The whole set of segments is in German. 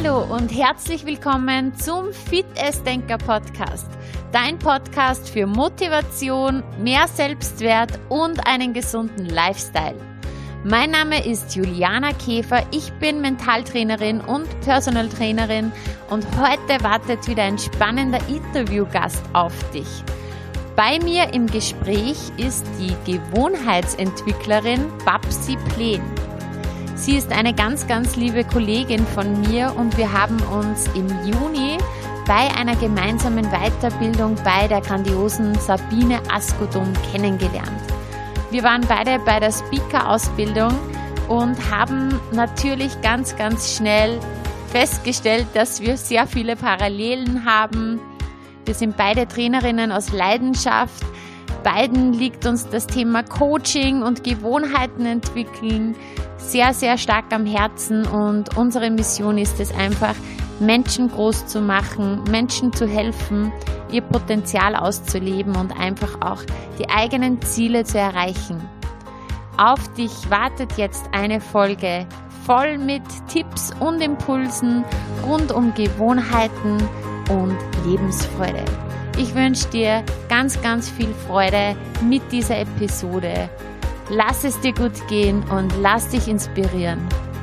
Hallo und herzlich willkommen zum Fit-Essdenker Podcast. Dein Podcast für Motivation, mehr Selbstwert und einen gesunden Lifestyle. Mein Name ist Juliana Käfer, ich bin Mentaltrainerin und Personal Trainerin und heute wartet wieder ein spannender Interviewgast auf dich. Bei mir im Gespräch ist die Gewohnheitsentwicklerin Babsi Plen. Sie ist eine ganz, ganz liebe Kollegin von mir und wir haben uns im Juni bei einer gemeinsamen Weiterbildung bei der grandiosen Sabine Askodum kennengelernt. Wir waren beide bei der Speaker-Ausbildung und haben natürlich ganz, ganz schnell festgestellt, dass wir sehr viele Parallelen haben. Wir sind beide Trainerinnen aus Leidenschaft. Beiden liegt uns das Thema Coaching und Gewohnheiten entwickeln sehr, sehr stark am Herzen und unsere Mission ist es einfach, Menschen groß zu machen, Menschen zu helfen, ihr Potenzial auszuleben und einfach auch die eigenen Ziele zu erreichen. Auf dich wartet jetzt eine Folge voll mit Tipps und Impulsen rund um Gewohnheiten und Lebensfreude. Ich wünsche dir ganz, ganz viel Freude mit dieser Episode. Lass es dir gut gehen und lass dich inspirieren.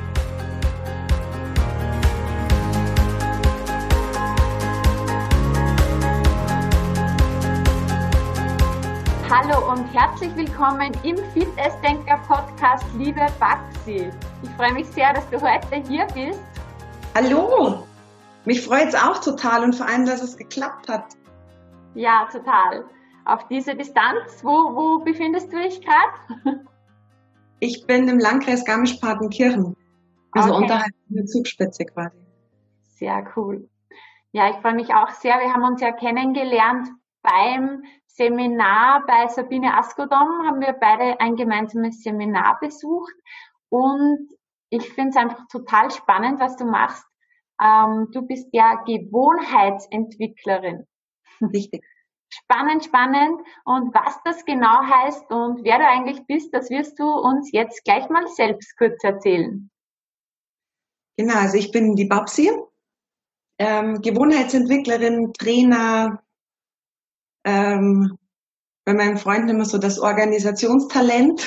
Hallo und herzlich willkommen im Fit-Essdenker Podcast, liebe Babsi. Ich freue mich sehr, dass du heute hier bist. Hallo, mich freut es auch total und vor allem, dass es geklappt hat. Ja, total. Auf diese Distanz, wo befindest du dich gerade? Ich bin im Landkreis Garmisch-Partenkirchen, also unterhalb der Zugspitze quasi. Sehr cool. Ja, ich freue mich auch sehr. Wir haben uns ja kennengelernt beim Seminar bei Sabine Askodum, haben wir beide ein gemeinsames Seminar besucht und ich finde es einfach total spannend, was du machst. Du bist ja Gewohnheitsentwicklerin. Richtig. Spannend. Und was das genau heißt und wer du eigentlich bist, das wirst du uns jetzt gleich mal selbst kurz erzählen. Genau, also ich bin die Babsi, Gewohnheitsentwicklerin, Trainer, bei meinen Freunden immer so das Organisationstalent,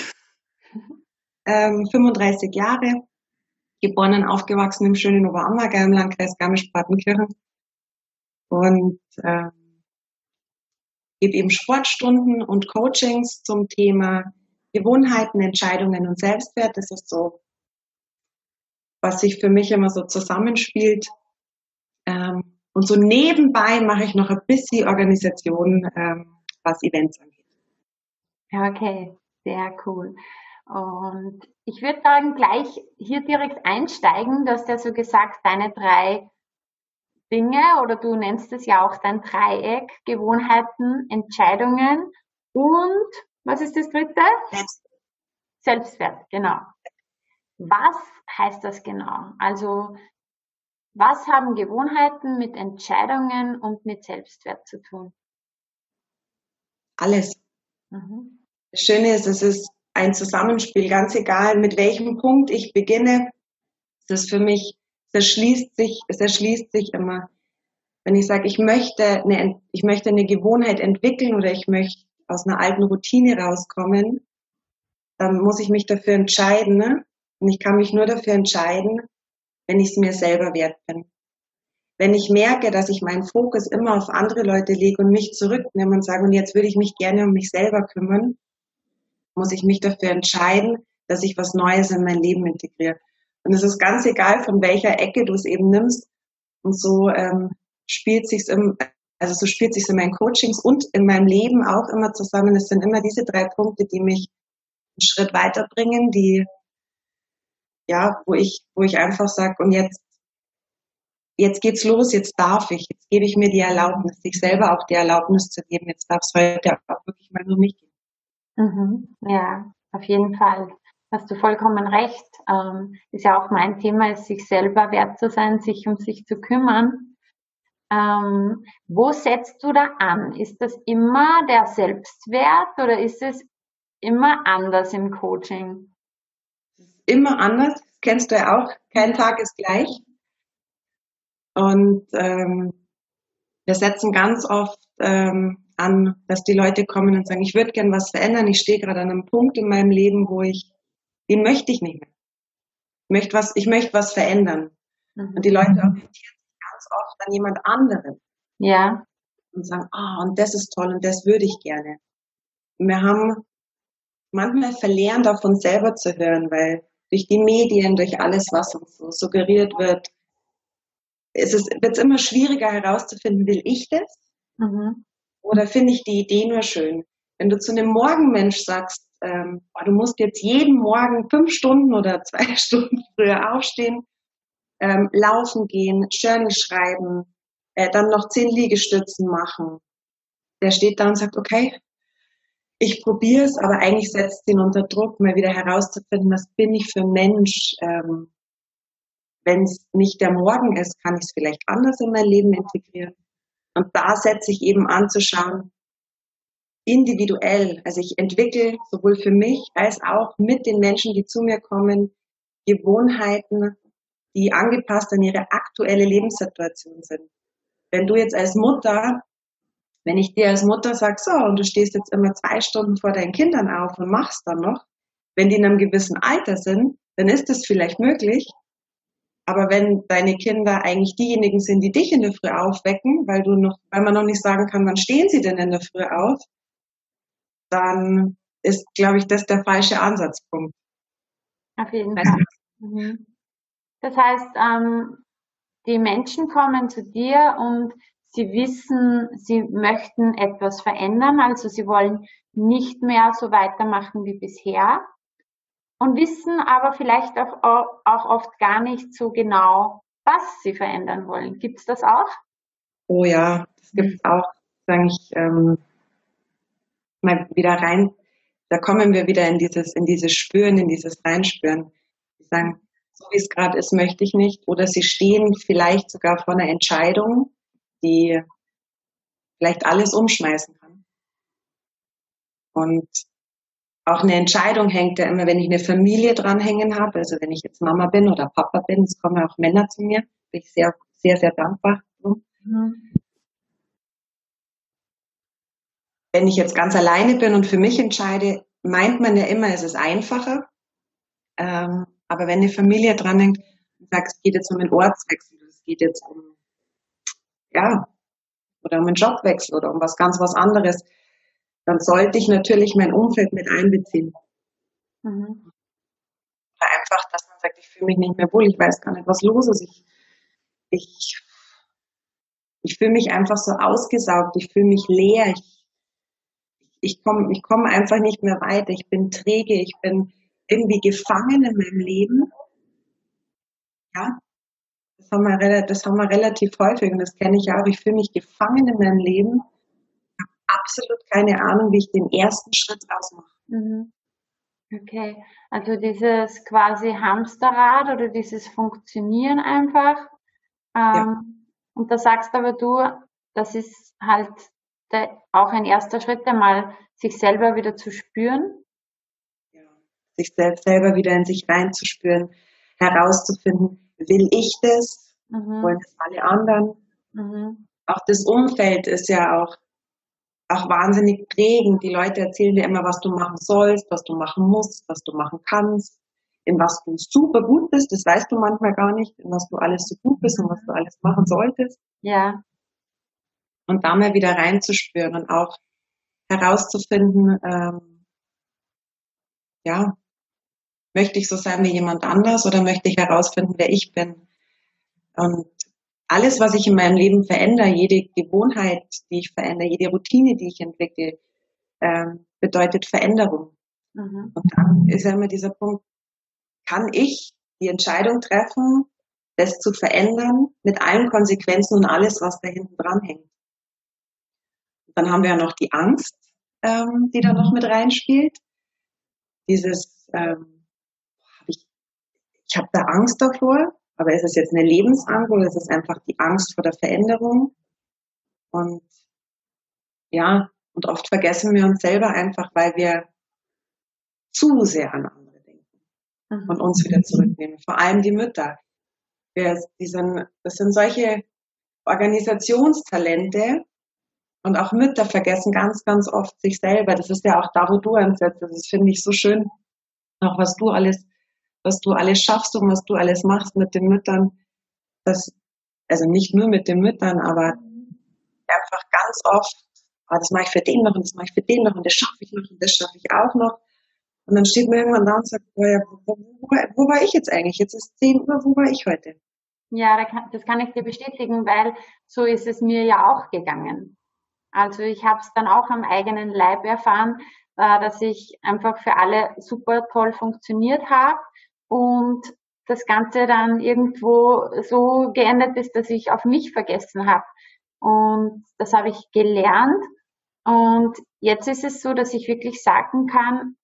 35 Jahre, geboren und aufgewachsen im schönen Oberammergau im Landkreis Garmisch-Partenkirchen und gebe eben Sportstunden und Coachings zum Thema Gewohnheiten, Entscheidungen und Selbstwert. Das ist so, was sich für mich immer so zusammenspielt. Und so nebenbei mache ich noch ein bisschen Organisation, was Events angeht. Okay, sehr cool. Und ich würde sagen, gleich hier direkt einsteigen. Du hast ja so gesagt, deine 3 Dinge, oder du nennst es ja auch dein Dreieck, Gewohnheiten, Entscheidungen und, was ist das dritte? Selbstwert, genau. Was heißt das genau? Also, was haben Gewohnheiten mit Entscheidungen und mit Selbstwert zu tun? Alles. Das Schöne ist, es ist ein Zusammenspiel, ganz egal, mit welchem Punkt ich beginne, das ist für mich, es erschließt sich immer. Wenn ich sage, ich möchte eine Gewohnheit entwickeln oder ich möchte aus einer alten Routine rauskommen, dann muss ich mich dafür entscheiden. Ne? Und ich kann mich nur dafür entscheiden, wenn ich es mir selber wert bin. Wenn ich merke, dass ich meinen Fokus immer auf andere Leute lege und mich zurücknehme und sage, und jetzt würde ich mich gerne um mich selber kümmern, muss ich mich dafür entscheiden, dass ich was Neues in mein Leben integriere. Und es ist ganz egal, von welcher Ecke du es eben nimmst. Und so spielt sich's in meinen Coachings und in meinem Leben auch immer zusammen. Es sind immer diese 3 Punkte, die mich einen Schritt weiterbringen, wo ich einfach sage, und jetzt geht's los, jetzt gebe ich mir die Erlaubnis, sich selber auch die Erlaubnis zu geben, jetzt darf es heute auch wirklich mal nur mich gehen. Ja, auf jeden Fall. Hast du vollkommen recht. Ist ja auch mein Thema, ist sich selber wert zu sein, sich um sich zu kümmern. Wo setzt du da an? Ist das immer der Selbstwert oder ist es immer anders im Coaching? Immer anders, das kennst du ja auch. Kein Tag ist gleich. Und wir setzen ganz oft an, dass die Leute kommen und sagen, ich würde gern was verändern, ich stehe gerade an einem Punkt in meinem Leben, den möchte ich nicht mehr. Ich möchte was verändern. Und die Leute orientieren sich ganz oft an jemand anderen. Ja. Und sagen, und das ist toll und das würde ich gerne. Und wir haben manchmal verlernt, auf uns selber zu hören, weil durch die Medien, durch alles, was uns so suggeriert wird, wird es immer schwieriger herauszufinden, will ich das? Oder finde ich die Idee nur schön? Wenn du zu einem Morgenmensch sagst, du musst jetzt jeden Morgen 5 Stunden oder 2 Stunden früher aufstehen, laufen gehen, Journal schreiben, dann noch 10 Liegestützen machen. Der steht da und sagt, okay, ich probiere es, aber eigentlich setzt ihn unter Druck, mal wieder herauszufinden, was bin ich für ein Mensch. Wenn es nicht der Morgen ist, kann ich es vielleicht anders in mein Leben integrieren. Und da setze ich eben an zu schauen, individuell. Also ich entwickle sowohl für mich als auch mit den Menschen, die zu mir kommen, Gewohnheiten, die angepasst an ihre aktuelle Lebenssituation sind. Wenn du jetzt als Mutter, wenn ich dir als Mutter sage, so, und du stehst jetzt immer 2 Stunden vor deinen Kindern auf und machst dann noch, wenn die in einem gewissen Alter sind, dann ist das vielleicht möglich. Aber wenn deine Kinder eigentlich diejenigen sind, die dich in der Früh aufwecken, weil man noch nicht sagen kann, wann stehen sie denn in der Früh auf, dann ist, glaube ich, das der falsche Ansatzpunkt. Auf jeden Fall. Das heißt, die Menschen kommen zu dir und sie wissen, sie möchten etwas verändern, also sie wollen nicht mehr so weitermachen wie bisher und wissen aber vielleicht auch oft gar nicht so genau, was sie verändern wollen. Gibt es das auch? Oh ja, das gibt es auch, sage ich, mal wieder rein. Da kommen wir wieder in dieses Spüren, in dieses Reinspüren. Sie sagen, so wie es gerade ist, möchte ich nicht. Oder sie stehen vielleicht sogar vor einer Entscheidung, die vielleicht alles umschmeißen kann. Und auch eine Entscheidung hängt ja immer, wenn ich eine Familie dranhängen habe, also wenn ich jetzt Mama bin oder Papa bin, es kommen auch Männer zu mir, bin ich sehr, sehr, sehr dankbar drum. Wenn ich jetzt ganz alleine bin und für mich entscheide, meint man ja immer, es ist einfacher. Aber wenn eine Familie dranhängt und sagt, es geht jetzt um einen Ortswechsel, es geht jetzt oder um einen Jobwechsel oder um was anderes, dann sollte ich natürlich mein Umfeld mit einbeziehen. Oder einfach, dass man sagt, ich fühle mich nicht mehr wohl, ich weiß gar nicht, was los ist. Ich fühle mich einfach so ausgesaugt, ich fühle mich leer, ich komme einfach nicht mehr weiter, ich bin träge, ich bin irgendwie gefangen in meinem Leben. Ja, das haben wir relativ häufig und das kenne ich auch. Ich fühle mich gefangen in meinem Leben. Ich habe absolut keine Ahnung, wie ich den ersten Schritt ausmache. Okay, also dieses quasi Hamsterrad oder dieses Funktionieren einfach. Und da sagst aber du, das ist halt auch ein erster Schritt, einmal sich selber wieder zu spüren. Ja, sich selber wieder in sich reinzuspüren, herauszufinden, will ich das? Wollen das alle anderen? Auch das Umfeld ist ja auch wahnsinnig prägend. Die Leute erzählen dir immer, was du machen sollst, was du machen musst, was du machen kannst, in was du super gut bist. Das weißt du manchmal gar nicht, in was du alles so gut bist und was du alles machen solltest. Ja. Und da mal wieder reinzuspüren und auch herauszufinden, möchte ich so sein wie jemand anders oder möchte ich herausfinden, wer ich bin? Und alles, was ich in meinem Leben verändere, jede Gewohnheit, die ich verändere, jede Routine, die ich entwickle, bedeutet Veränderung. Und dann ist ja immer dieser Punkt, kann ich die Entscheidung treffen, das zu verändern, mit allen Konsequenzen und alles, was da hinten dran hängt. Und dann haben wir ja noch die Angst, die da noch mit reinspielt. Dieses, ich habe da Angst davor, aber ist es jetzt eine Lebensangst oder ist es einfach die Angst vor der Veränderung? Und und oft vergessen wir uns selber einfach, weil wir zu sehr an andere denken und uns wieder zurücknehmen. Vor allem die Mütter. Das sind solche Organisationstalente und auch Mütter vergessen ganz, ganz oft sich selber. Das ist ja auch da, wo du ansetzt. Das finde ich so schön, auch was du alles schaffst und was du alles machst mit den Müttern. Also nicht nur mit den Müttern, aber einfach ganz oft, das mache ich für den noch und das mache ich für den noch und das schaffe ich noch und das schaffe ich auch noch. Und dann steht man irgendwann da und sagt, wo war ich jetzt eigentlich? Jetzt ist 10 Uhr, wo war ich heute? Ja, das kann ich dir bestätigen, weil so ist es mir ja auch gegangen. Also ich habe es dann auch am eigenen Leib erfahren, dass ich einfach für alle super toll funktioniert habe und das Ganze dann irgendwo so geendet ist, dass ich auf mich vergessen habe. Und das habe ich gelernt. Und jetzt ist es so, dass ich wirklich sagen kann,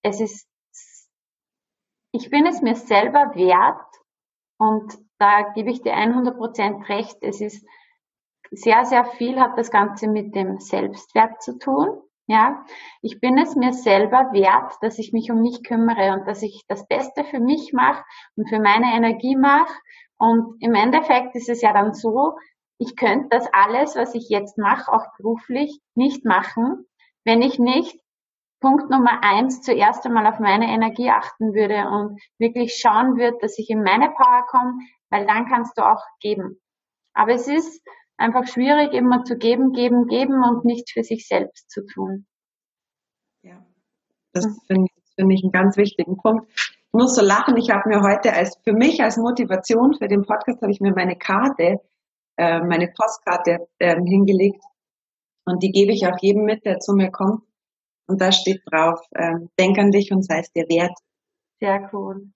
ich bin es mir selber wert und da gebe ich dir 100% recht. Es ist sehr, sehr viel hat das Ganze mit dem Selbstwert zu tun. Ja, ich bin es mir selber wert, dass ich mich um mich kümmere und dass ich das Beste für mich mache und für meine Energie mache. Und im Endeffekt ist es ja dann so, ich könnte das alles, was ich jetzt mache, auch beruflich nicht machen, wenn ich nicht Punkt Nummer 1 zuerst einmal auf meine Energie achten würde und wirklich schauen würde, dass ich in meine Power komme, weil dann kannst du auch geben. Aber es ist einfach schwierig, immer zu geben, geben, geben und nichts für sich selbst zu tun. Ja, das finde ich einen ganz wichtigen Punkt. Ich muss so lachen, ich habe mir heute für mich als Motivation für den Podcast habe ich mir meine Postkarte hingelegt und die gebe ich auch jedem mit, der zu mir kommt. Und da steht drauf, denk an dich und sei es dir wert. Sehr cool.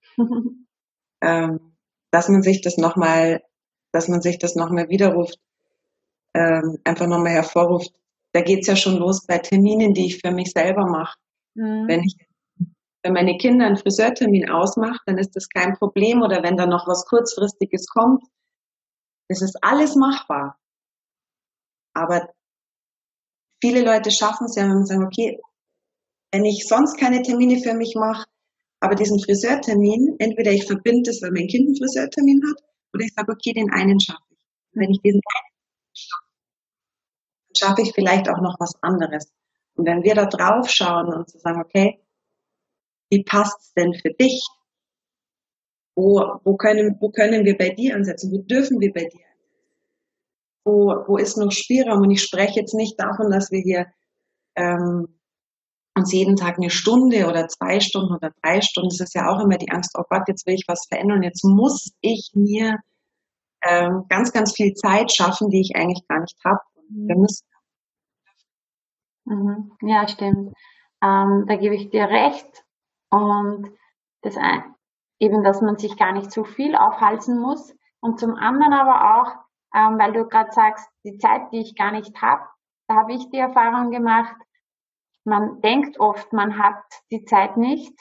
Dass man sich das nochmal widerruft, einfach nochmal hervorruft. Da geht's ja schon los bei Terminen, die ich für mich selber mache. Wenn meine Kinder einen Friseurtermin ausmacht, dann ist das kein Problem. Oder wenn da noch was Kurzfristiges kommt, es ist alles machbar. Aber viele Leute schaffen es ja und sagen, okay, wenn ich sonst keine Termine für mich mache, aber diesen Friseurtermin, entweder ich verbinde es, weil mein Kind einen Friseurtermin hat, oder ich sage, okay, den einen schaffe ich. Und wenn ich diesen einen schaffe, dann schaffe ich vielleicht auch noch was anderes. Und wenn wir da drauf schauen und zu sagen, okay, wie passt's denn für dich? Wo können wir bei dir ansetzen? Wo dürfen wir bei dir ansetzen? Wo ist noch Spielraum? Und ich spreche jetzt nicht davon, dass wir hier uns jeden Tag 1 Stunde oder 2 Stunden oder 3 Stunden, das ist ja auch immer die Angst, oh Gott, jetzt will ich was verändern, jetzt muss ich mir ganz, ganz viel Zeit schaffen, die ich eigentlich gar nicht habe. Wir müssen. Ja, stimmt. Da gebe ich dir recht. Und eben, dass man sich gar nicht so viel aufhalten muss. Und zum anderen aber auch, weil du gerade sagst, die Zeit, die ich gar nicht habe, da habe ich die Erfahrung gemacht, man denkt oft, man hat die Zeit nicht.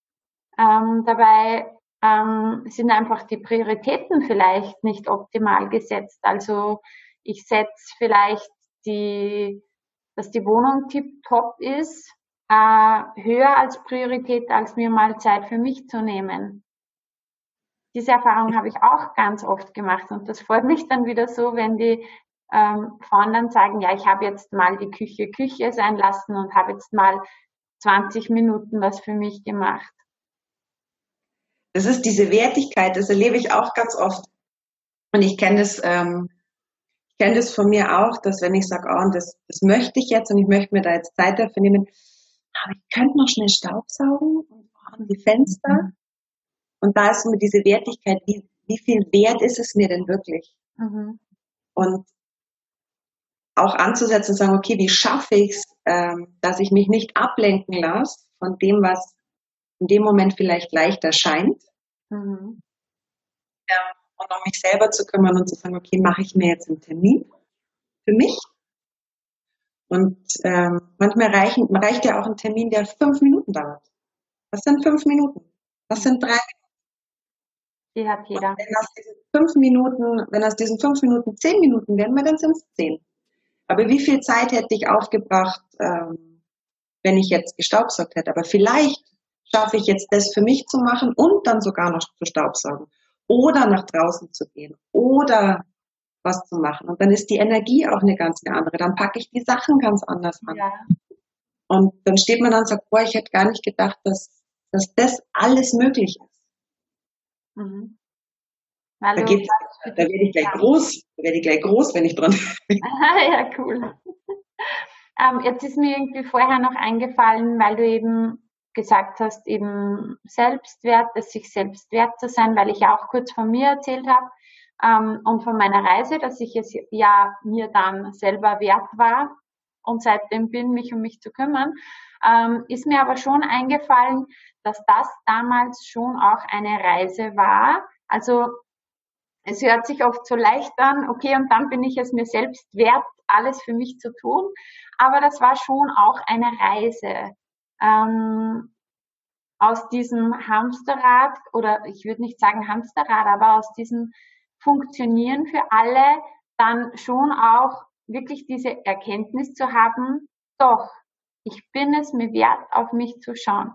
Dabei sind einfach die Prioritäten vielleicht nicht optimal gesetzt. Also ich setze vielleicht dass die Wohnung tipptopp ist, höher als Priorität, als mir mal Zeit für mich zu nehmen. Diese Erfahrung habe ich auch ganz oft gemacht und das freut mich dann wieder so, wenn die Frauen dann sagen, ja, ich habe jetzt mal die Küche sein lassen und habe jetzt mal 20 Minuten was für mich gemacht. Das ist diese Wertigkeit, das erlebe ich auch ganz oft. Und ich kenne das von mir auch, dass wenn ich sage, oh, das möchte ich jetzt und ich möchte mir da jetzt Zeit dafür nehmen, aber ich könnte noch schnell Staubsaugen und die Fenster. Und da ist mir diese Wertigkeit, wie viel wert ist es mir denn wirklich? Und auch anzusetzen und sagen, okay, wie schaffe ich es, dass ich mich nicht ablenken lasse von dem, was in dem Moment vielleicht leicht erscheint. Und um mich selber zu kümmern und zu sagen, okay, mache ich mir jetzt einen Termin für mich? Und manchmal reicht ja auch ein Termin, der 5 Minuten dauert. Was sind 5 Minuten? Was sind 3 Minuten? Die hat jeder. Und wenn aus diesen 5 Minuten 10 Minuten werden, dann sind es 10. Aber wie viel Zeit hätte ich aufgebracht, wenn ich jetzt gestaubsaugt hätte? Aber vielleicht schaffe ich jetzt das für mich zu machen und dann sogar noch zu staubsaugen. Oder nach draußen zu gehen. Oder was zu machen. Und dann ist die Energie auch eine ganz andere. Dann packe ich die Sachen ganz anders an. Ja. Und dann steht man dann und sagt, boah, ich hätte gar nicht gedacht, dass das alles möglich ist. Mhm. Da werde ich gleich groß, wenn ich dran denke. Ja, cool. Jetzt ist mir irgendwie vorher noch eingefallen, weil du eben gesagt hast, eben Selbstwert, es sich selbst wert zu sein, weil ich ja auch kurz von mir erzählt habe und von meiner Reise, dass ich es ja mir dann selber wert war und seitdem bin, mich um mich zu kümmern, ist mir aber schon eingefallen, dass das damals schon auch eine Reise war. Also es hört sich oft so leicht an, okay, und dann bin ich es mir selbst wert, alles für mich zu tun. Aber das war schon auch eine Reise. Aus diesem Hamsterrad, oder ich würde nicht sagen Hamsterrad, aber aus diesem Funktionieren für alle, dann schon auch wirklich diese Erkenntnis zu haben, doch, ich bin es mir wert, auf mich zu schauen.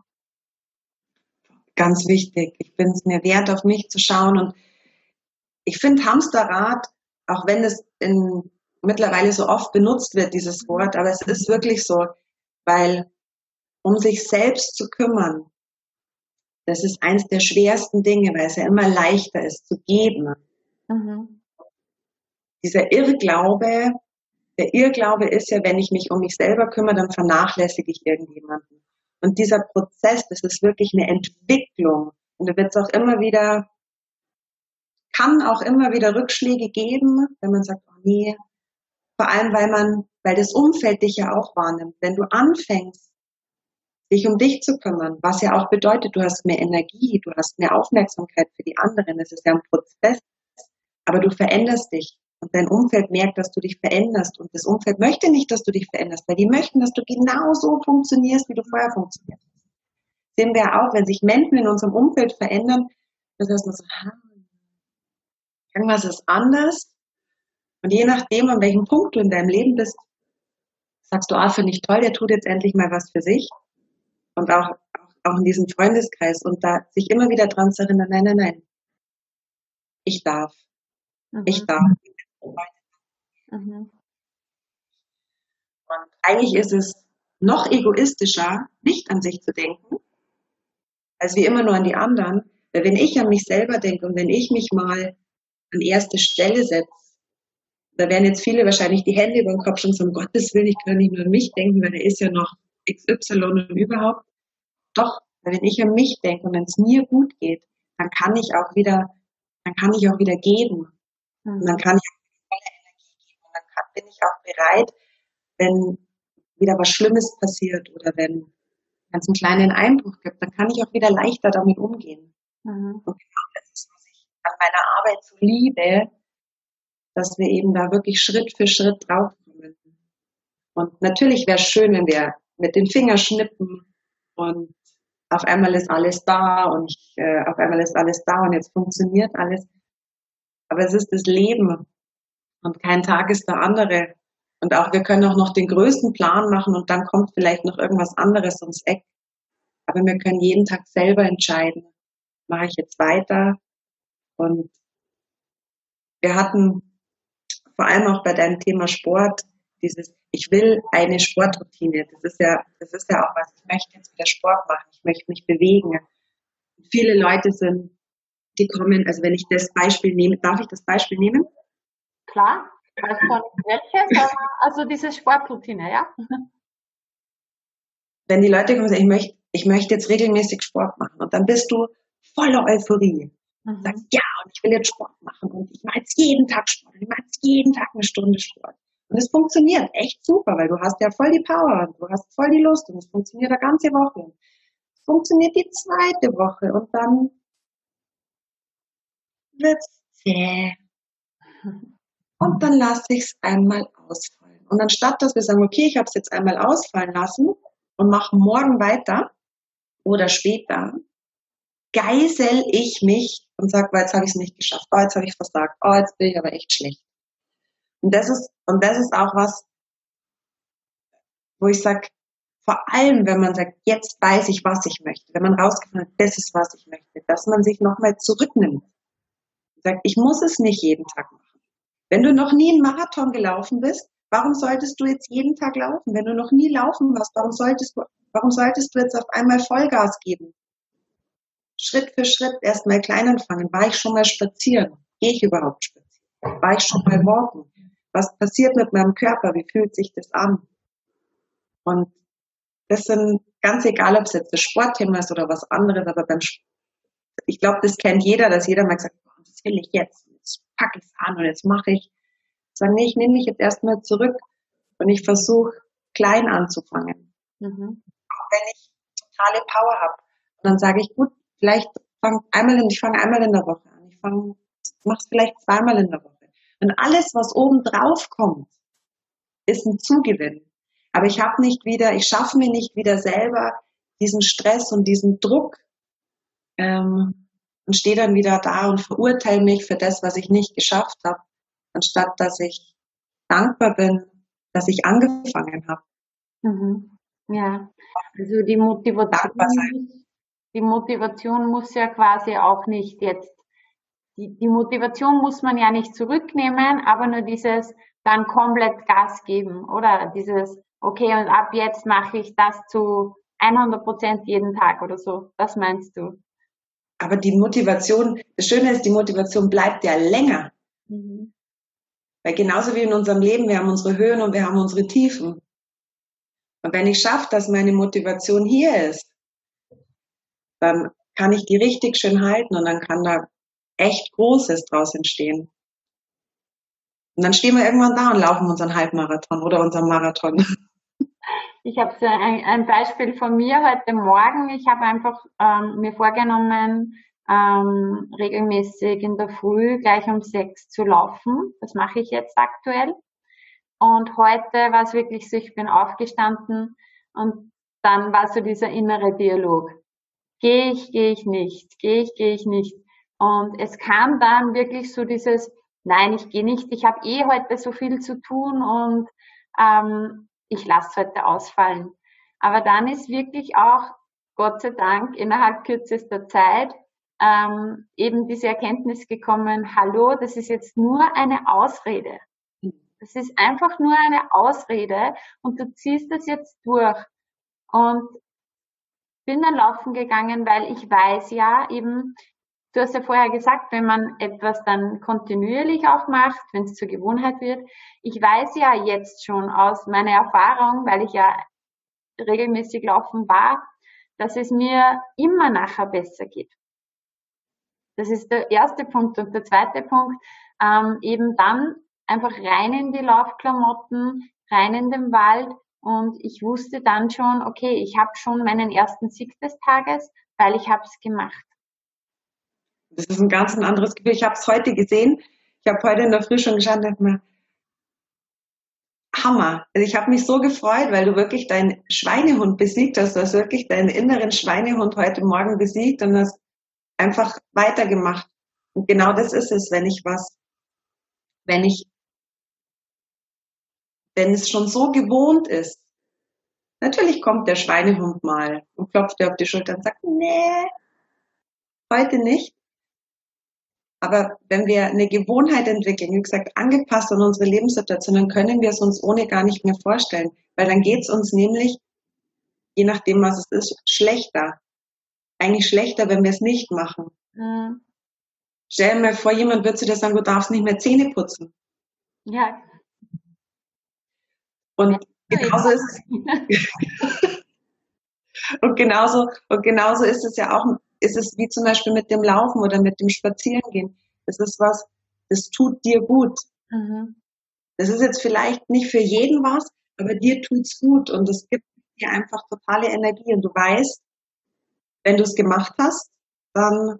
Ganz wichtig, ich bin es mir wert, auf mich zu schauen. Und ich finde Hamsterrad, auch wenn es mittlerweile so oft benutzt wird, dieses Wort, aber es ist wirklich so, weil um sich selbst zu kümmern, das ist eins der schwersten Dinge, weil es ja immer leichter ist zu geben. Mhm. Der Irrglaube ist ja, wenn ich mich um mich selber kümmere, dann vernachlässige ich irgendjemanden. Und dieser Prozess, das ist wirklich eine Entwicklung. Und da wird es auch immer wieder, kann auch immer wieder Rückschläge geben, wenn man sagt, oh nee, vor allem, weil das Umfeld dich ja auch wahrnimmt. Wenn du anfängst, dich um dich zu kümmern, was ja auch bedeutet, du hast mehr Energie, du hast mehr Aufmerksamkeit für die anderen. Es ist ja ein Prozess, aber du veränderst dich und dein Umfeld merkt, dass du dich veränderst und das Umfeld möchte nicht, dass du dich veränderst, weil die möchten, dass du genau so funktionierst, wie du vorher funktioniert hast. Sehen wir auch, wenn sich Menschen in unserem Umfeld verändern, das heißt, man so, irgendwas ist anders und je nachdem, an welchem Punkt du in deinem Leben bist, sagst du, finde ich toll, der tut jetzt endlich mal was für sich. Und auch in diesem Freundeskreis und da sich immer wieder dran zu erinnern, nein, ich darf. Ich darf. Mhm. Und eigentlich ist es noch egoistischer, nicht an sich zu denken, als wie immer nur an die anderen. Weil wenn ich an mich selber denke und wenn ich mich mal an erste Stelle setze, da werden jetzt viele wahrscheinlich die Hände über den Kopf schon so, um Gottes Willen, ich kann nicht nur an mich denken, weil da ist ja noch XY und überhaupt. Doch, weil wenn ich an mich denke und wenn es mir gut geht, dann kann ich auch wieder geben. Und dann kann ich auch voller Energie geben. Und dann bin ich auch bereit, wenn wieder was Schlimmes passiert oder wenn es einen kleinen Einbruch gibt, dann kann ich auch wieder leichter damit umgehen. Und genau das ist, was ich an meiner Arbeit so liebe, dass wir eben da wirklich Schritt für Schritt draufkommen. Und natürlich wäre es schön, wenn wir mit den Fingern schnippen und auf einmal ist alles da und jetzt funktioniert alles. Aber es ist das Leben und kein Tag ist der andere. Und auch wir können auch noch den größten Plan machen und dann kommt vielleicht noch irgendwas anderes ums Eck. Aber wir können jeden Tag selber entscheiden, mache ich jetzt weiter? Und wir hatten vor allem auch bei deinem Thema Sport ich will eine Sportroutine. Das ist ja auch was. Ich möchte jetzt wieder Sport machen. Ich möchte mich bewegen. Viele Leute die kommen, also wenn ich das Beispiel nehme, darf ich das Beispiel nehmen? Klar. Ich weiß gar nicht welches, aber also diese Sportroutine, ja. Wenn die Leute kommen und sagen, ich möchte jetzt regelmäßig Sport machen und dann bist du voller Euphorie. Sagst, ja, und ich will jetzt Sport machen und ich mache jetzt jeden Tag Sport und ich mache jetzt jeden Tag eine Stunde Sport. Und es funktioniert echt super, weil du hast ja voll die Power und du hast voll die Lust und es funktioniert eine ganze Woche. Es funktioniert die zweite Woche und dann wird's zäh. Und dann lasse ich es einmal ausfallen. Und anstatt, dass wir sagen, okay, ich habe es jetzt einmal ausfallen lassen und mache morgen weiter oder später, geisel ich mich und sage, jetzt habe ich es nicht geschafft, jetzt habe ich versagt, jetzt bin ich aber echt schlecht. Und das ist auch was, wo ich sage, vor allem, wenn man sagt, jetzt weiß ich, was ich möchte, wenn man rausgefunden hat, das ist, was ich möchte, dass man sich nochmal zurücknimmt und sagt, ich muss es nicht jeden Tag machen. Wenn du noch nie einen Marathon gelaufen bist, warum solltest du jetzt jeden Tag laufen? Wenn du noch nie laufen warst, warum solltest du jetzt auf einmal Vollgas geben? Schritt für Schritt erstmal klein anfangen. War ich schon mal spazieren? Gehe ich überhaupt spazieren? War ich schon mal walken? Was passiert mit meinem Körper? Wie fühlt sich das an? Und das sind ganz egal, ob es jetzt das Sportthema ist oder was anderes, aber ich glaube, das kennt jeder, dass jeder mal sagt, oh, das will ich jetzt packe ich es an und jetzt mache ich. Sage, nee, ich nehme mich jetzt erstmal zurück und ich versuche klein anzufangen. Auch wenn ich totale Power habe. Und dann sage ich, gut, vielleicht ich fange einmal in der Woche an. Ich mache es vielleicht zweimal in der Woche. Und alles, was oben drauf kommt, ist ein Zugewinn. Aber ich schaffe mir nicht wieder selber diesen Stress und diesen Druck und stehe dann wieder da und verurteile mich für das, was ich nicht geschafft habe, anstatt dass ich dankbar bin, dass ich angefangen habe. Ja, also die Motivation muss ja quasi auch nicht jetzt, die Motivation muss man ja nicht zurücknehmen, aber nur dieses dann komplett Gas geben, oder dieses, okay, und ab jetzt mache ich das zu 100% jeden Tag oder so. Was meinst du? Aber das Schöne ist, die Motivation bleibt ja länger. Weil genauso wie in unserem Leben, wir haben unsere Höhen und wir haben unsere Tiefen. Und wenn ich schaffe, dass meine Motivation hier ist, dann kann ich die richtig schön halten und dann kann da echt Großes draus entstehen. Und dann stehen wir irgendwann da und laufen unseren Halbmarathon oder unseren Marathon. Ich habe so ein Beispiel von mir heute Morgen. Ich habe einfach mir vorgenommen, regelmäßig in der Früh gleich um 6 zu laufen. Das mache ich jetzt aktuell. Und heute war es wirklich so, ich bin aufgestanden und dann war so dieser innere Dialog. Gehe ich nicht? Gehe ich nicht? Und es kam dann wirklich so dieses, nein, ich gehe nicht. Ich habe heute so viel zu tun und ich lasse heute ausfallen. Aber dann ist wirklich auch, Gott sei Dank, innerhalb kürzester Zeit eben diese Erkenntnis gekommen, hallo, das ist jetzt nur eine Ausrede. Das ist einfach nur eine Ausrede und du ziehst das jetzt durch. Und bin dann laufen gegangen, weil ich weiß ja eben, du hast ja vorher gesagt, wenn man etwas dann kontinuierlich auch macht, wenn es zur Gewohnheit wird, ich weiß ja jetzt schon aus meiner Erfahrung, weil ich ja regelmäßig laufen war, dass es mir immer nachher besser geht. Das ist der erste Punkt. Und der zweite Punkt, eben dann einfach rein in die Laufklamotten, rein in den Wald. Und ich wusste dann schon, okay, ich habe schon meinen ersten Sieg des Tages, weil ich habe es gemacht. Das ist ein ganz anderes Gefühl. Ich habe es heute gesehen. Ich habe heute in der Früh schon geschaut und dachte mir, Hammer. Also ich habe mich so gefreut, weil du wirklich deinen Schweinehund besiegt hast. Du hast wirklich deinen inneren Schweinehund heute Morgen besiegt und hast einfach weitergemacht. Und genau das ist es, wenn es schon so gewohnt ist. Natürlich kommt der Schweinehund mal und klopft dir auf die Schulter und sagt, nee, heute nicht. Aber wenn wir eine Gewohnheit entwickeln, wie gesagt, angepasst an unsere Lebenssituation, dann können wir es uns ohne gar nicht mehr vorstellen. Weil dann geht es uns nämlich, je nachdem was es ist, schlechter. Eigentlich schlechter, wenn wir es nicht machen. Stell dir mal vor, jemand wird zu dir sagen, du darfst nicht mehr Zähne putzen. Ja. Und genauso ist es. Und genauso ist es ja auch, ist es wie zum Beispiel mit dem Laufen oder mit dem Spazierengehen. Das ist was, das tut dir gut. Das ist jetzt vielleicht nicht für jeden was, aber dir tut's gut und es gibt dir einfach totale Energie und du weißt, wenn du es gemacht hast, dann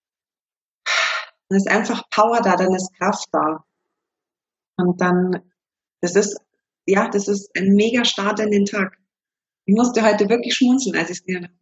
ist einfach Power da, dann ist Kraft da. Und dann, das ist ein mega Start in den Tag. Ich musste heute wirklich schmunzeln, als ich es gesehen habe.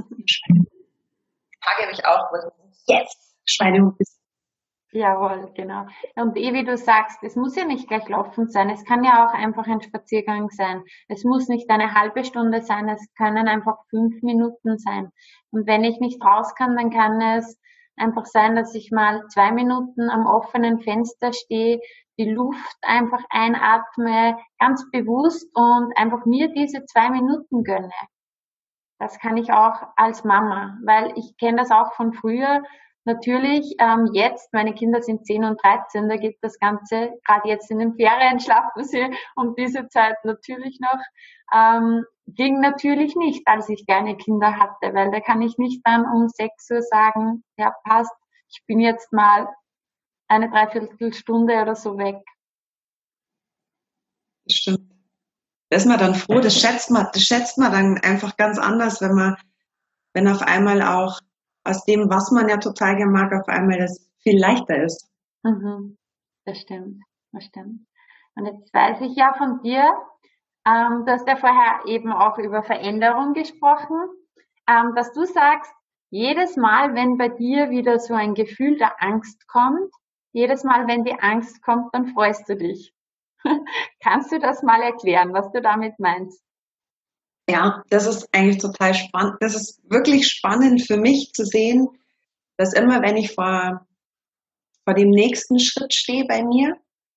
Frage habe ich auch, yes, Schweinehund bist. Jawohl, genau. Und wie du sagst, es muss ja nicht gleich laufen sein. Es kann ja auch einfach ein Spaziergang sein. Es muss nicht eine halbe Stunde sein. Es können einfach 5 Minuten sein. Und wenn ich nicht raus kann, dann kann es einfach sein, dass ich mal 2 Minuten am offenen Fenster stehe, die Luft einfach einatme, ganz bewusst und einfach mir diese 2 Minuten gönne. Das kann ich auch als Mama, weil ich kenne das auch von früher. Natürlich, jetzt, meine Kinder sind 10 und 13, da geht das Ganze, gerade jetzt in den Ferien schlafen sie um diese Zeit natürlich noch, ging natürlich nicht, als ich kleine Kinder hatte, weil da kann ich nicht dann um 6 Uhr sagen, ja passt, ich bin jetzt mal eine Dreiviertelstunde oder so weg. Das stimmt. Da ist man dann froh, das schätzt man dann einfach ganz anders, wenn auf einmal auch aus dem, was man ja total gern mag, auf einmal das viel leichter ist. Mhm. Das stimmt, das stimmt. Und jetzt weiß ich ja von dir, du hast ja vorher eben auch über Veränderung gesprochen, dass du sagst, jedes Mal, wenn bei dir wieder so ein Gefühl der Angst kommt, jedes Mal, wenn die Angst kommt, dann freust du dich. Kannst du das mal erklären, was du damit meinst? Ja, das ist eigentlich total spannend. Das ist wirklich spannend für mich zu sehen, dass immer, wenn ich vor dem nächsten Schritt stehe bei mir,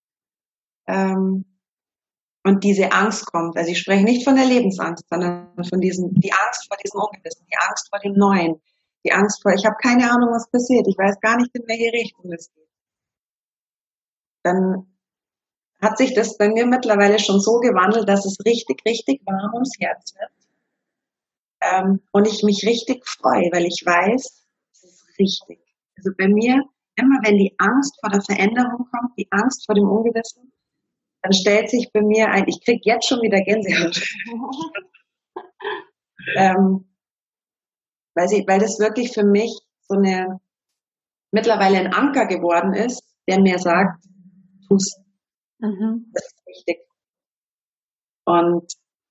und diese Angst kommt, also ich spreche nicht von der Lebensangst, sondern von die Angst vor diesem Ungewissen, die Angst vor dem Neuen, die Angst vor, ich habe keine Ahnung, was passiert, ich weiß gar nicht, in welche Richtung es geht. Dann hat sich das bei mir mittlerweile schon so gewandelt, dass es richtig, richtig warm ums Herz wird. Und ich mich richtig freue, weil ich weiß, es ist richtig. Also bei mir, immer wenn die Angst vor der Veränderung kommt, die Angst vor dem Ungewissen, dann stellt sich bei mir ein, ich krieg jetzt schon wieder Gänsehaut. Weil das wirklich für mich mittlerweile ein Anker geworden ist, der mir sagt, tu's. Das ist wichtig. Und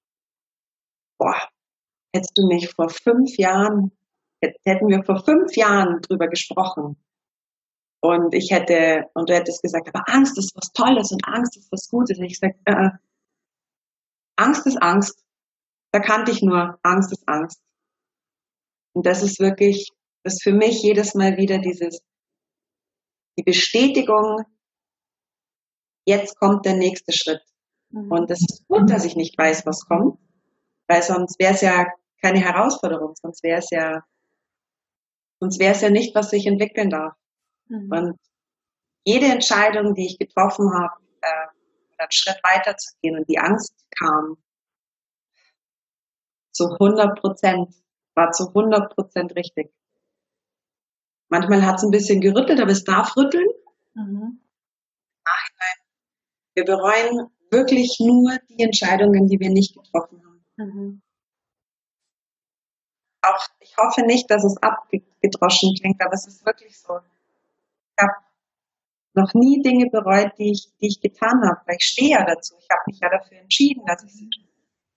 hättest du mich vor 5 Jahren, hätten wir vor 5 Jahren drüber gesprochen. Und du hättest gesagt, aber Angst ist was Tolles und Angst ist was Gutes. Und ich sage, Angst ist Angst. Da kannte ich nur, Angst ist Angst. Und das ist wirklich, das ist für mich jedes Mal wieder die Bestätigung, jetzt kommt der nächste Schritt. Und es ist gut, dass ich nicht weiß, was kommt, weil sonst wäre es ja keine Herausforderung, sonst wäre es ja nicht, was sich entwickeln darf. Und jede Entscheidung, die ich getroffen habe, einen Schritt weiter zu gehen und die Angst kam, zu 100%, war zu 100% richtig. Manchmal hat es ein bisschen gerüttelt, aber es darf rütteln. Nachhinein. Wir bereuen wirklich nur die Entscheidungen, die wir nicht getroffen haben. Auch, ich hoffe nicht, dass es abgedroschen klingt, aber es ist wirklich so. Ich habe noch nie Dinge bereut, die ich getan habe, weil ich stehe ja dazu. Ich habe mich ja dafür entschieden, dass ich sie tue.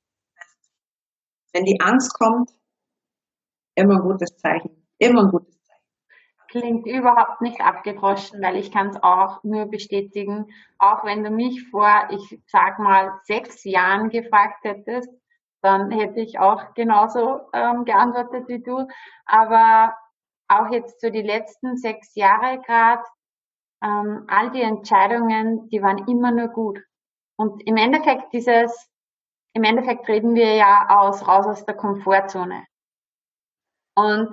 Wenn die Angst kommt, immer ein gutes Zeichen. Immer ein gutes Zeichen. Klingt überhaupt nicht abgedroschen, weil ich kann es auch nur bestätigen. Auch wenn du mich vor, ich sag mal, 6 Jahren gefragt hättest, dann hätte ich auch genauso geantwortet wie du. Aber auch jetzt so die letzten 6 Jahre gerade, all die Entscheidungen, die waren immer nur gut. Und im Endeffekt reden wir ja raus aus der Komfortzone. Und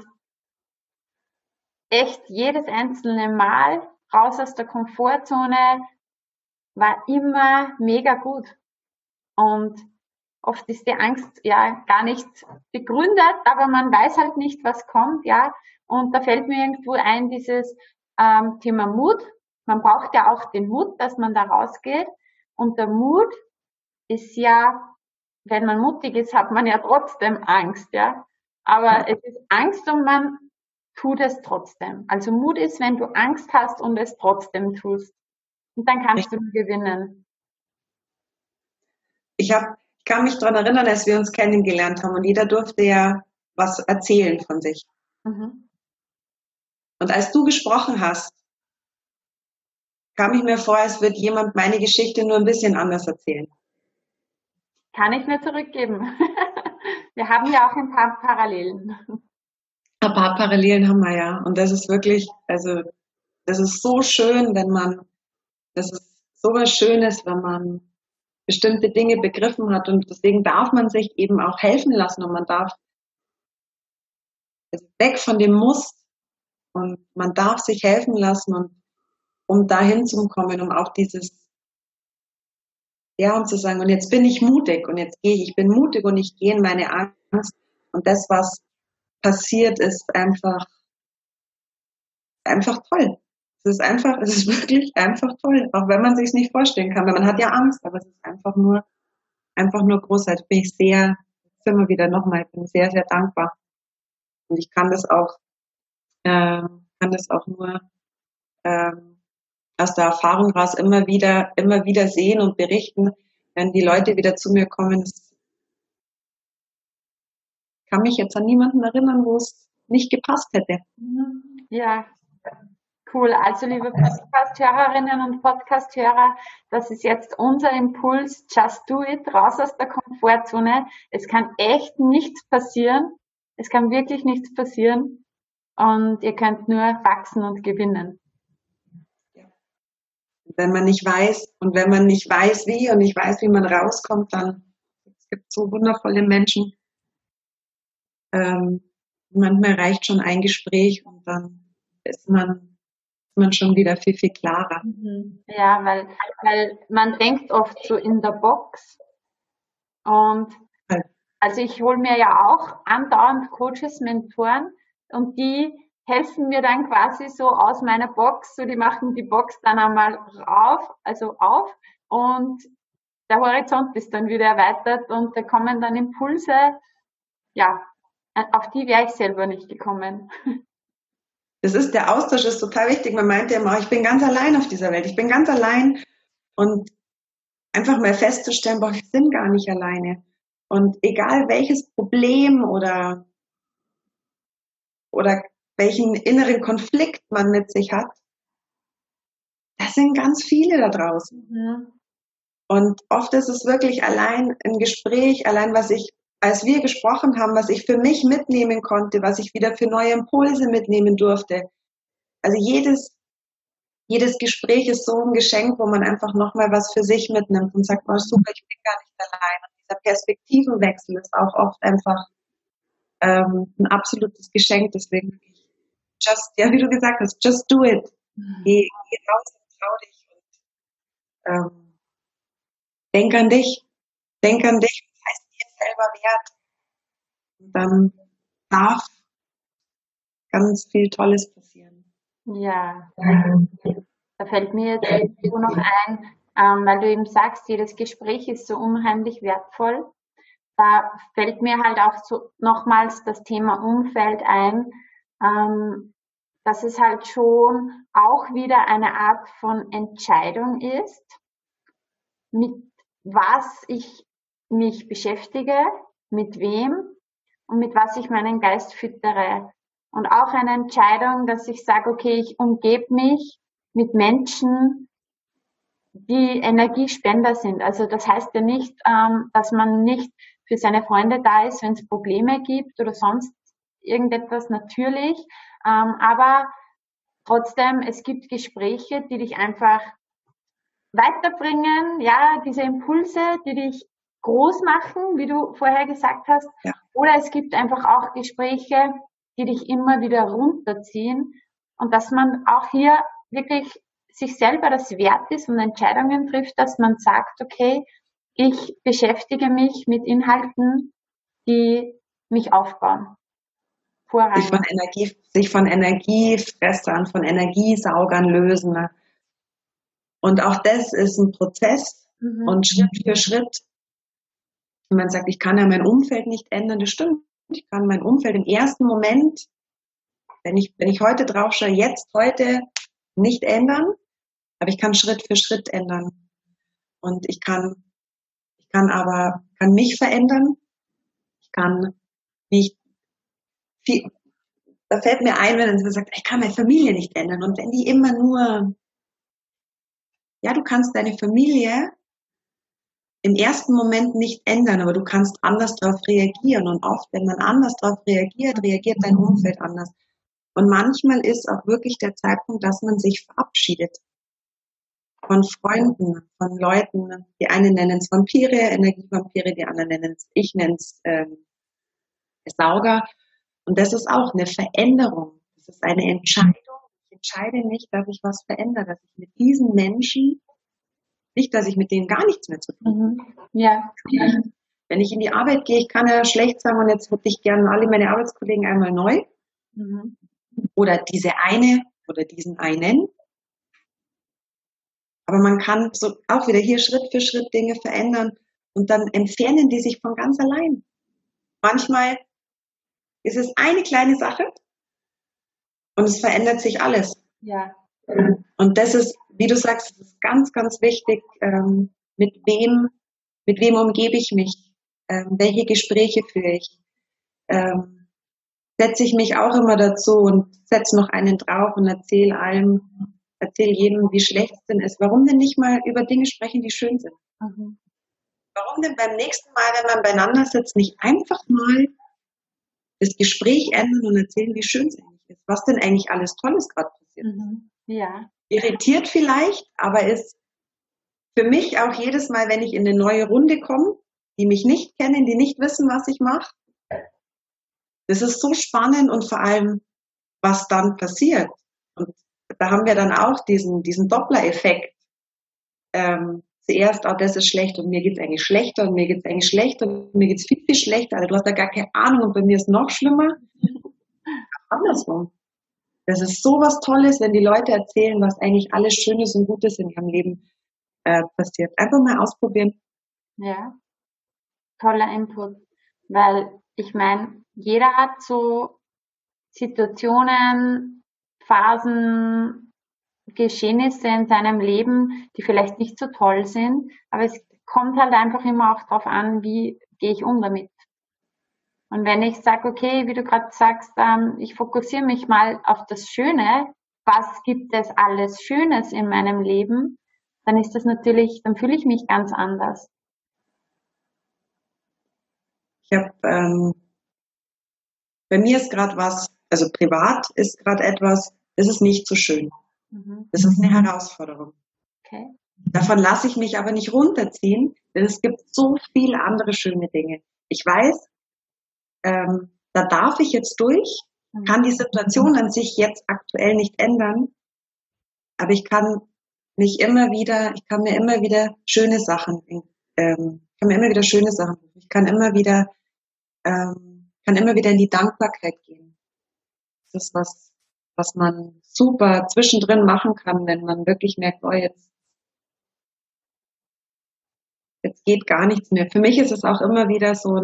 echt jedes einzelne Mal raus aus der Komfortzone war immer mega gut. Und oft ist die Angst ja gar nicht begründet, aber man weiß halt nicht, was kommt, ja. Und da fällt mir irgendwo ein, dieses Thema Mut. Man braucht ja auch den Mut, dass man da rausgeht. Und der Mut ist ja, wenn man mutig ist, hat man ja trotzdem Angst, ja. Aber es ist Angst und man tut es trotzdem. Also Mut ist, wenn du Angst hast und es trotzdem tust. Und dann kannst du gewinnen. Ich kann mich daran erinnern, als wir uns kennengelernt haben und jeder durfte ja was erzählen von sich. Und als du gesprochen hast, kam ich mir vor, als würde jemand meine Geschichte nur ein bisschen anders erzählen. Kann ich mir zurückgeben. Wir haben ja auch ein paar Parallelen. ein paar Parallelen haben wir ja. Und das ist wirklich, also das ist so schön, das ist so was Schönes, wenn man bestimmte Dinge begriffen hat. Und deswegen darf man sich eben auch helfen lassen und man darf weg von dem Muss und man darf sich helfen lassen und um dahin zu kommen, um auch dieses, ja, um zu sagen, und jetzt bin ich mutig und jetzt gehe ich bin mutig und ich gehe in meine Angst und das, was passiert, ist einfach toll. Es ist wirklich einfach toll, auch wenn man sich es nicht vorstellen kann, weil man hat ja Angst, aber es ist einfach nur großartig. Bin ich sehr, immer wieder nochmal, ich bin sehr, sehr dankbar. Und ich kann das auch nur, aus der Erfahrung raus immer wieder sehen und berichten, wenn die Leute wieder zu mir kommen. Ich kann mich jetzt an niemanden erinnern, wo es nicht gepasst hätte. Ja, cool. Also liebe Podcast-Hörerinnen und Podcast-Hörer, das ist jetzt unser Impuls. Just do it, raus aus der Komfortzone. Es kann echt nichts passieren. Es kann wirklich nichts passieren. Und ihr könnt nur wachsen und gewinnen. Wenn man nicht weiß wie und nicht weiß, wie man rauskommt, dann es gibt so wundervolle Menschen. Manchmal reicht schon ein Gespräch und dann ist man schon wieder viel, viel klarer. Ja, weil man denkt oft so in der Box und also ich hole mir ja auch andauernd Coaches, Mentoren und die helfen mir dann quasi so aus meiner Box, so die machen die Box dann einmal auf und der Horizont ist dann wieder erweitert und da kommen dann Impulse, ja, auf die wäre ich selber nicht gekommen. Der Austausch ist total wichtig. Man meinte immer, ich bin ganz allein auf dieser Welt. Ich bin ganz allein und einfach mal festzustellen, wir sind gar nicht alleine. Und egal welches Problem oder welchen inneren Konflikt man mit sich hat, das sind ganz viele da draußen. Mhm. Und oft ist es wirklich allein ein Gespräch, als wir gesprochen haben, was ich für mich mitnehmen konnte, was ich wieder für neue Impulse mitnehmen durfte. Also jedes Gespräch ist so ein Geschenk, wo man einfach nochmal was für sich mitnimmt und sagt, oh super, ich bin gar nicht allein. Und dieser Perspektivenwechsel ist auch oft einfach ein absolutes Geschenk. Deswegen wie du gesagt hast, just do it. Geh raus und trau dich und denk an dich. Denk an dich, das heißt dir selber wert. Und dann darf ganz viel Tolles passieren. Ja, da fällt mir jetzt so noch ein, weil du eben sagst, jedes Gespräch ist so unheimlich wertvoll. Da fällt mir halt auch so nochmals das Thema Umfeld ein, dass es halt schon auch wieder eine Art von Entscheidung ist, mit was ich mich beschäftige, mit wem und mit was ich meinen Geist füttere. Und auch eine Entscheidung, dass ich sage, okay, ich umgebe mich mit Menschen, die Energiespender sind. Also das heißt ja nicht, dass man nicht für seine Freunde da ist, wenn es Probleme gibt oder sonst irgendetwas, natürlich. Aber trotzdem, es gibt Gespräche, die dich einfach weiterbringen, ja, diese Impulse, die dich groß machen, wie du vorher gesagt hast. Ja. Oder es gibt einfach auch Gespräche, die dich immer wieder runterziehen und dass man auch hier wirklich sich selber das wert ist und Entscheidungen trifft, dass man sagt, okay, ich beschäftige mich mit Inhalten, die mich aufbauen. Sich von Energiefressern, von Energiesaugern lösen. Ne? Und auch das ist ein Prozess und Schritt für Schritt. Und man sagt, ich kann ja mein Umfeld nicht ändern, das stimmt. Ich kann mein Umfeld im ersten Moment, wenn ich heute drauf schaue, heute nicht ändern, aber ich kann Schritt für Schritt ändern. Und ich kann mich verändern. Da fällt mir ein, wenn man sagt, ich kann meine Familie nicht ändern. Und wenn die immer nur, ja, du kannst deine Familie im ersten Moment nicht ändern, aber du kannst anders darauf reagieren. Und oft, wenn man anders darauf reagiert, reagiert dein Umfeld anders. Und manchmal ist auch wirklich der Zeitpunkt, dass man sich verabschiedet von Freunden, von Leuten. Die einen nennen es Vampire, Energievampire, die anderen nennen es, ich nenne es Sauger. Und das ist auch eine Veränderung. Das ist eine Entscheidung. Ich entscheide mich, dass ich was verändere, dass ich mit diesen Menschen, nicht, dass ich mit denen gar nichts mehr zu tun habe. Ja. Wenn ich in die Arbeit gehe, ich kann ja schlecht sagen, und jetzt hätte ich gerne alle meine Arbeitskollegen einmal neu. Oder diese eine oder diesen einen. Aber man kann so auch wieder hier Schritt für Schritt Dinge verändern und dann entfernen die sich von ganz allein. Manchmal ist es eine kleine Sache und es verändert sich alles. Ja. Und das ist, wie du sagst, das ist ganz, ganz wichtig, mit wem umgebe ich mich, welche Gespräche führe ich, setze ich mich auch immer dazu und setze noch einen drauf und erzähle jedem, wie schlecht es denn ist. Warum denn nicht mal über Dinge sprechen, die schön sind? Warum denn beim nächsten Mal, wenn man beieinander sitzt, nicht einfach mal das Gespräch ändern und erzählen, wie schön es eigentlich ist, was denn eigentlich alles Tolles gerade passiert ist. Ja. Irritiert vielleicht, aber ist für mich auch jedes Mal, wenn ich in eine neue Runde komme, die mich nicht kennen, die nicht wissen, was ich mache, das ist so spannend und vor allem, was dann passiert. Und da haben wir dann auch diesen Doppler-Effekt. Zuerst, das ist schlecht und mir geht's eigentlich schlechter und mir geht's eigentlich schlechter und mir geht's viel, viel schlechter. Also du hast da gar keine Ahnung und bei mir ist noch schlimmer. Andersrum. Das ist so was Tolles, wenn die Leute erzählen, was eigentlich alles Schönes und Gutes in ihrem Leben passiert. Einfach mal ausprobieren. Ja, toller Input. Weil ich meine, jeder hat so Situationen, Phasen, Geschehnisse in seinem Leben, die vielleicht nicht so toll sind, aber es kommt halt einfach immer auch darauf an, wie gehe ich um damit. Und wenn ich sage, okay, wie du gerade sagst, ich fokussiere mich mal auf das Schöne, was gibt es alles Schönes in meinem Leben, dann ist das natürlich, dann fühle ich mich ganz anders. Ich habe, bei mir ist gerade was, also privat ist gerade etwas, das ist nicht so schön. Das ist eine Herausforderung. Okay. Davon lasse ich mich aber nicht runterziehen, denn es gibt so viele andere schöne Dinge. Ich weiß, da darf ich jetzt durch, kann die Situation an sich jetzt aktuell nicht ändern, aber ich kann mir immer wieder schöne Sachen, ich kann immer wieder in die Dankbarkeit gehen. Das ist was man super zwischendrin machen kann, wenn man wirklich merkt, oh, jetzt geht gar nichts mehr. Für mich ist es auch immer wieder so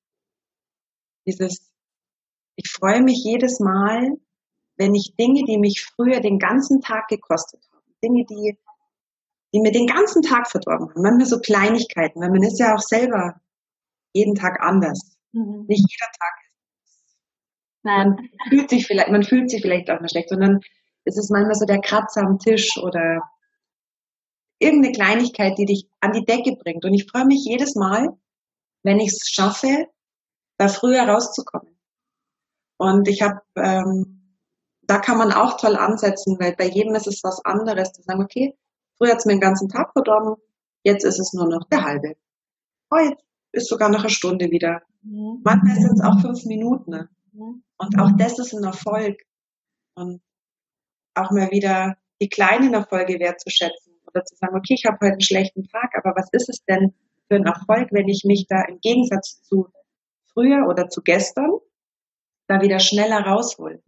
ich freue mich jedes Mal, wenn ich Dinge, die mich früher den ganzen Tag gekostet haben, Dinge, die mir den ganzen Tag verdorben haben, manchmal so Kleinigkeiten, weil man ist ja auch selber jeden Tag anders. Nicht jeder Tag Man fühlt sich vielleicht auch mal schlecht, sondern es ist manchmal so der Kratzer am Tisch oder irgendeine Kleinigkeit, die dich an die Decke bringt. Und ich freue mich jedes Mal, wenn ich es schaffe, da früher rauszukommen. Und da kann man auch toll ansetzen, weil bei jedem ist es was anderes, zu sagen, okay, früher hat es mir den ganzen Tag verdorben, jetzt ist es nur noch der halbe. Heute ist sogar noch eine Stunde wieder. Manchmal sind es auch 5 Minuten. Ne? Und auch das ist ein Erfolg. Und auch mal wieder die kleinen Erfolge wertzuschätzen oder zu sagen, okay, ich habe heute einen schlechten Tag, aber was ist es denn für ein Erfolg, wenn ich mich da im Gegensatz zu früher oder zu gestern da wieder schneller raushole.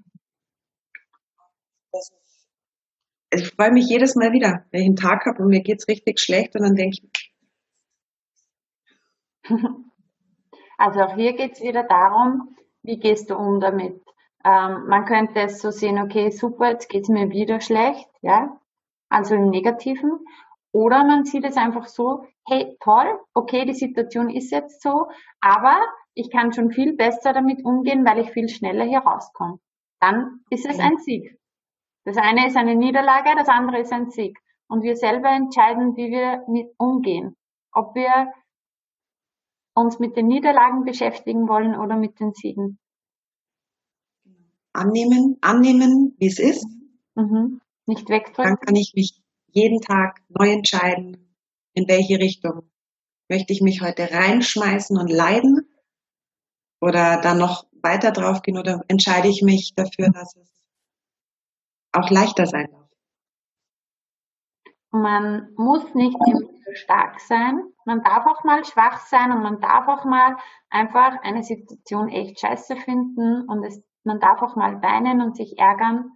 Ich freue mich jedes Mal wieder, wenn ich einen Tag habe und mir geht's richtig schlecht und dann denke ich. Also auch hier geht's wieder darum, wie gehst du um damit? Man könnte es so sehen, okay, super, jetzt geht's mir wieder schlecht, ja, also im Negativen. Oder man sieht es einfach so, hey, toll, okay, die Situation ist jetzt so, aber ich kann schon viel besser damit umgehen, weil ich viel schneller hier rauskomme. Dann ist es ein Sieg. Das eine ist eine Niederlage, das andere ist ein Sieg. Und wir selber entscheiden, wie wir mit umgehen. ob wir uns mit den Niederlagen beschäftigen wollen oder mit den Siegen. Annehmen, wie es ist. Nicht wegdrücken. Dann kann ich mich jeden Tag neu entscheiden, in welche Richtung. Möchte ich mich heute reinschmeißen und leiden oder dann noch weiter drauf gehen oder entscheide ich mich dafür, dass es auch leichter sein darf? Man muss nicht immer stark sein. Man darf auch mal schwach sein und man darf auch mal einfach eine Situation echt scheiße finden und man darf auch mal weinen und sich ärgern.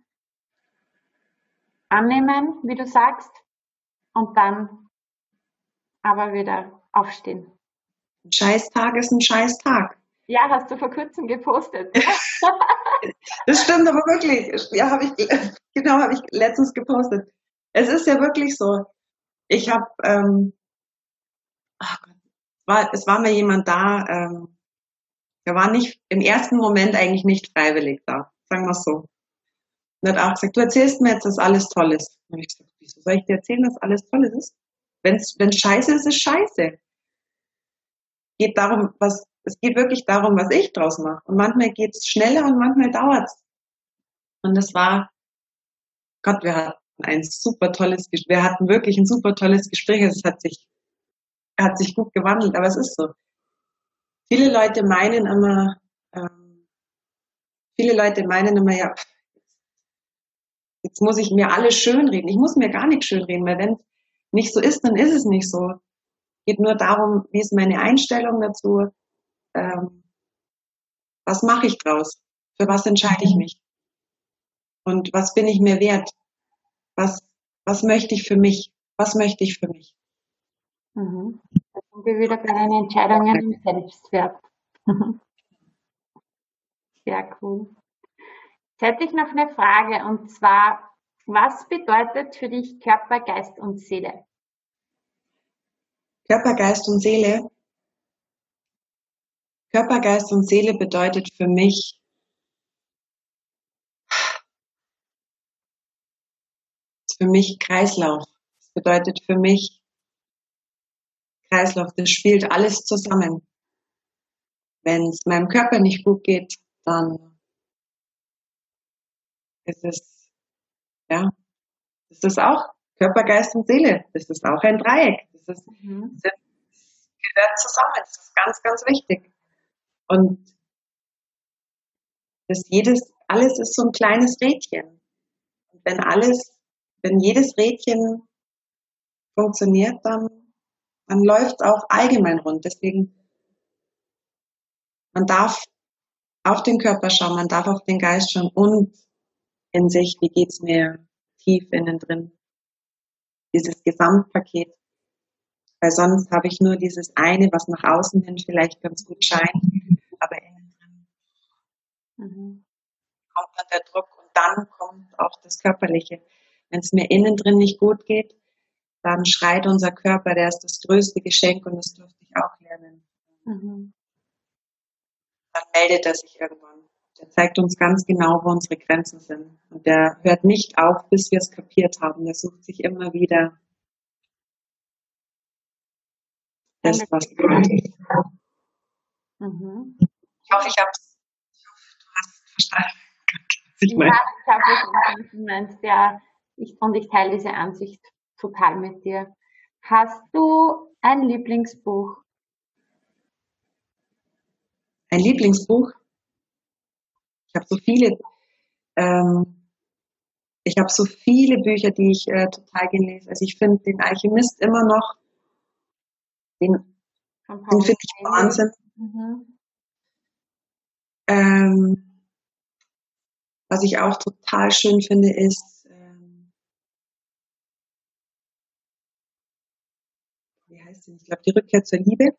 Annehmen, wie du sagst, und dann aber wieder aufstehen. Ein Scheißtag ist ein Scheißtag. Ja, hast du vor kurzem gepostet. Das stimmt aber wirklich. Ja, habe ich letztens gepostet. Es ist ja wirklich so. Ich habe, es war mir jemand da, der war nicht im ersten Moment eigentlich nicht freiwillig da, sagen wir es so. Und hat auch gesagt, du erzählst mir jetzt, dass alles toll ist. Und ich gesagt, wieso soll ich dir erzählen, dass alles toll ist? Wenn's scheiße ist, ist scheiße. Es geht wirklich darum, was ich draus mache. Und manchmal geht's schneller und manchmal dauert's. Und das war, Gott, wir hatten wirklich ein super tolles Gespräch. Es hat sich gut gewandelt, aber es ist so. Viele Leute meinen immer, ja, jetzt muss ich mir alles schönreden. Ich muss mir gar nichts schönreden, weil wenn es nicht so ist, dann ist es nicht so. Geht nur darum, wie ist meine Einstellung dazu, was mache ich draus, für was entscheide ich mich und was bin ich mir wert, was möchte ich für mich, was möchte ich für mich. Da sind wir wieder bei den Entscheidungen im Selbstwert. Sehr cool. Jetzt hätte ich noch eine Frage und zwar, was bedeutet für dich Körper, Geist und Seele? Körper, Geist und Seele. Körper, Geist und Seele bedeutet für mich Kreislauf. Das bedeutet für mich Kreislauf. Das spielt alles zusammen. Wenn es meinem Körper nicht gut geht, dann ist es, ja, das ist auch Körper, Geist und Seele. Das ist auch ein Dreieck. Das gehört zusammen. Das ist ganz, ganz wichtig. Und alles ist so ein kleines Rädchen. Und wenn jedes Rädchen funktioniert, dann läuft es auch allgemein rund. Deswegen, man darf auf den Körper schauen, man darf auf den Geist schauen und in sich, wie geht's mir tief innen drin. Dieses Gesamtpaket. Weil sonst habe ich nur dieses eine, was nach außen hin vielleicht ganz gut scheint, aber innen drin kommt dann der Druck und dann kommt auch das Körperliche. Wenn es mir innen drin nicht gut geht, dann schreit unser Körper, der ist das größte Geschenk und das durfte ich auch lernen. Dann meldet er sich irgendwann. Der zeigt uns ganz genau, wo unsere Grenzen sind. Und der hört nicht auf, bis wir es kapiert haben. Der sucht sich immer wieder das, was bedeutet. Ich hoffe, du hast verstanden. Ja, ich habe verstanden, was du meinst. Ja, ich teile diese Ansicht total mit dir. Hast du ein Lieblingsbuch? Ein Lieblingsbuch? Ich habe so viele Bücher, die ich total gelesen. Also ich finde den Alchemist immer noch, den finde ich Wahnsinn. Was ich auch total schön finde, ist, wie heißt die? Ich glaube, die Rückkehr zur Liebe.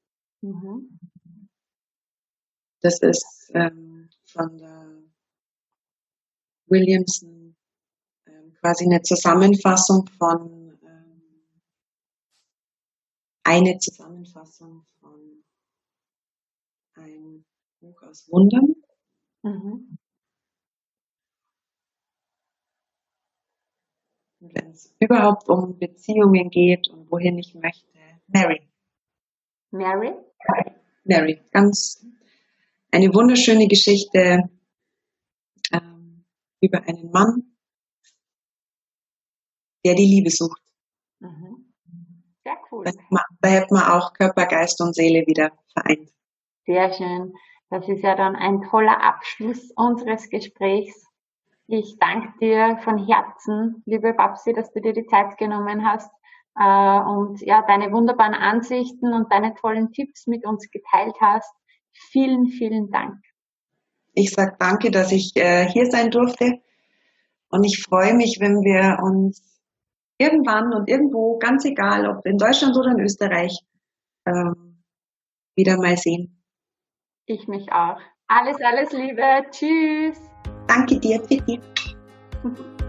Das ist von der Williamson quasi eine Zusammenfassung von einem Buch aus Wundern. Und wenn es überhaupt um Beziehungen geht und wohin ich möchte, Mary. Mary? Mary, ganz eine wunderschöne Geschichte über einen Mann, der die Liebe sucht. Mhm. Sehr cool. Da hätte man auch Körper, Geist und Seele wieder vereint. Sehr schön. Das ist ja dann ein toller Abschluss unseres Gesprächs. Ich danke dir von Herzen, liebe Babsi, dass du dir die Zeit genommen hast und ja, deine wunderbaren Ansichten und deine tollen Tipps mit uns geteilt hast. Vielen, vielen Dank. Ich sage danke, dass ich hier sein durfte und ich freue mich, wenn wir uns irgendwann und irgendwo, ganz egal, ob in Deutschland oder in Österreich, wieder mal sehen. Ich mich auch. Alles, alles Liebe. Tschüss. Danke dir, Pitti.